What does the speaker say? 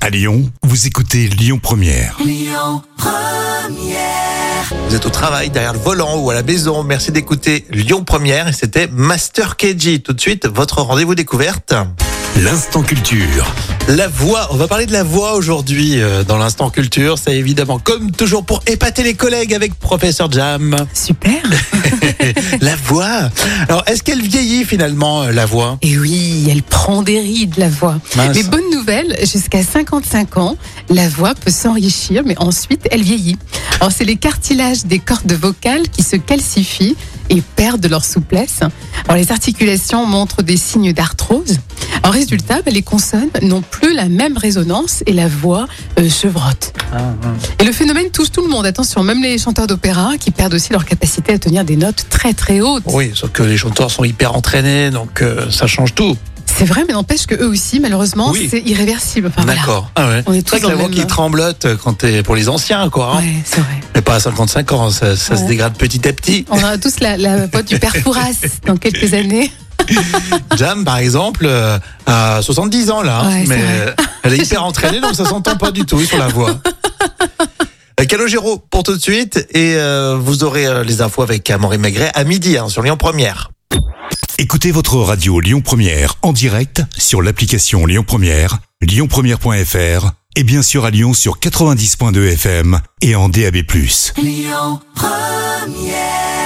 À Lyon, vous écoutez Lyon Première. Vous êtes au travail, derrière le volant ou à la maison. Merci d'écouter Lyon Première et c'était Master KG. Tout de suite, votre rendez-vous découverte. L'instant culture. La voix, on va parler de la voix aujourd'hui dans l'instant culture. C'est évidemment comme toujours pour épater les collègues avec Professeur Jam. Super. La voix. Alors, est-ce qu'elle vieillit finalement, la voix? Et oui, elle prend des rides, la voix. Mince. Mais bonne nouvelle, jusqu'à 55 ans, la voix peut s'enrichir, mais ensuite, elle vieillit. Alors, c'est les cartilages des cordes vocales qui se calcifient et perdent leur souplesse. Alors, les articulations montrent des signes d'arthrose. En résultat, les consonnes n'ont plus la même résonance et la voix chevrotte. Et le phénomène touche tout le monde. Attention, même les chanteurs d'opéra qui perdent aussi leur capacité à tenir des notes très très hautes. Oui, sauf que les chanteurs sont hyper entraînés, donc ça change tout. C'est vrai, mais n'empêche que eux aussi, malheureusement, Oui. c'est irréversible. Enfin, D'accord. voilà. Ah ouais. On est C'est vrai tous que la dans voix le qui même- tremblote quand t'es pour les anciens, quoi. Hein. Ouais, c'est vrai. Mais pas à 55 ans, ça se Ouais. dégrade petit à petit. On a tous la voix du père Fouras dans quelques années. Jam, par exemple, a 70 ans là, hein, Ouais, c'est mais vrai. elle est hyper entraînée, donc ça s'entend pas du tout sur la voix. Calogero pour tout de suite, et vous aurez les infos avec Amaury Maigret à midi sur Lyon Première. Écoutez votre radio Lyon Première en direct sur l'application Lyon Première, lyonpremière.fr et bien sûr à Lyon sur 90.2 FM et en DAB+. Lyon Première.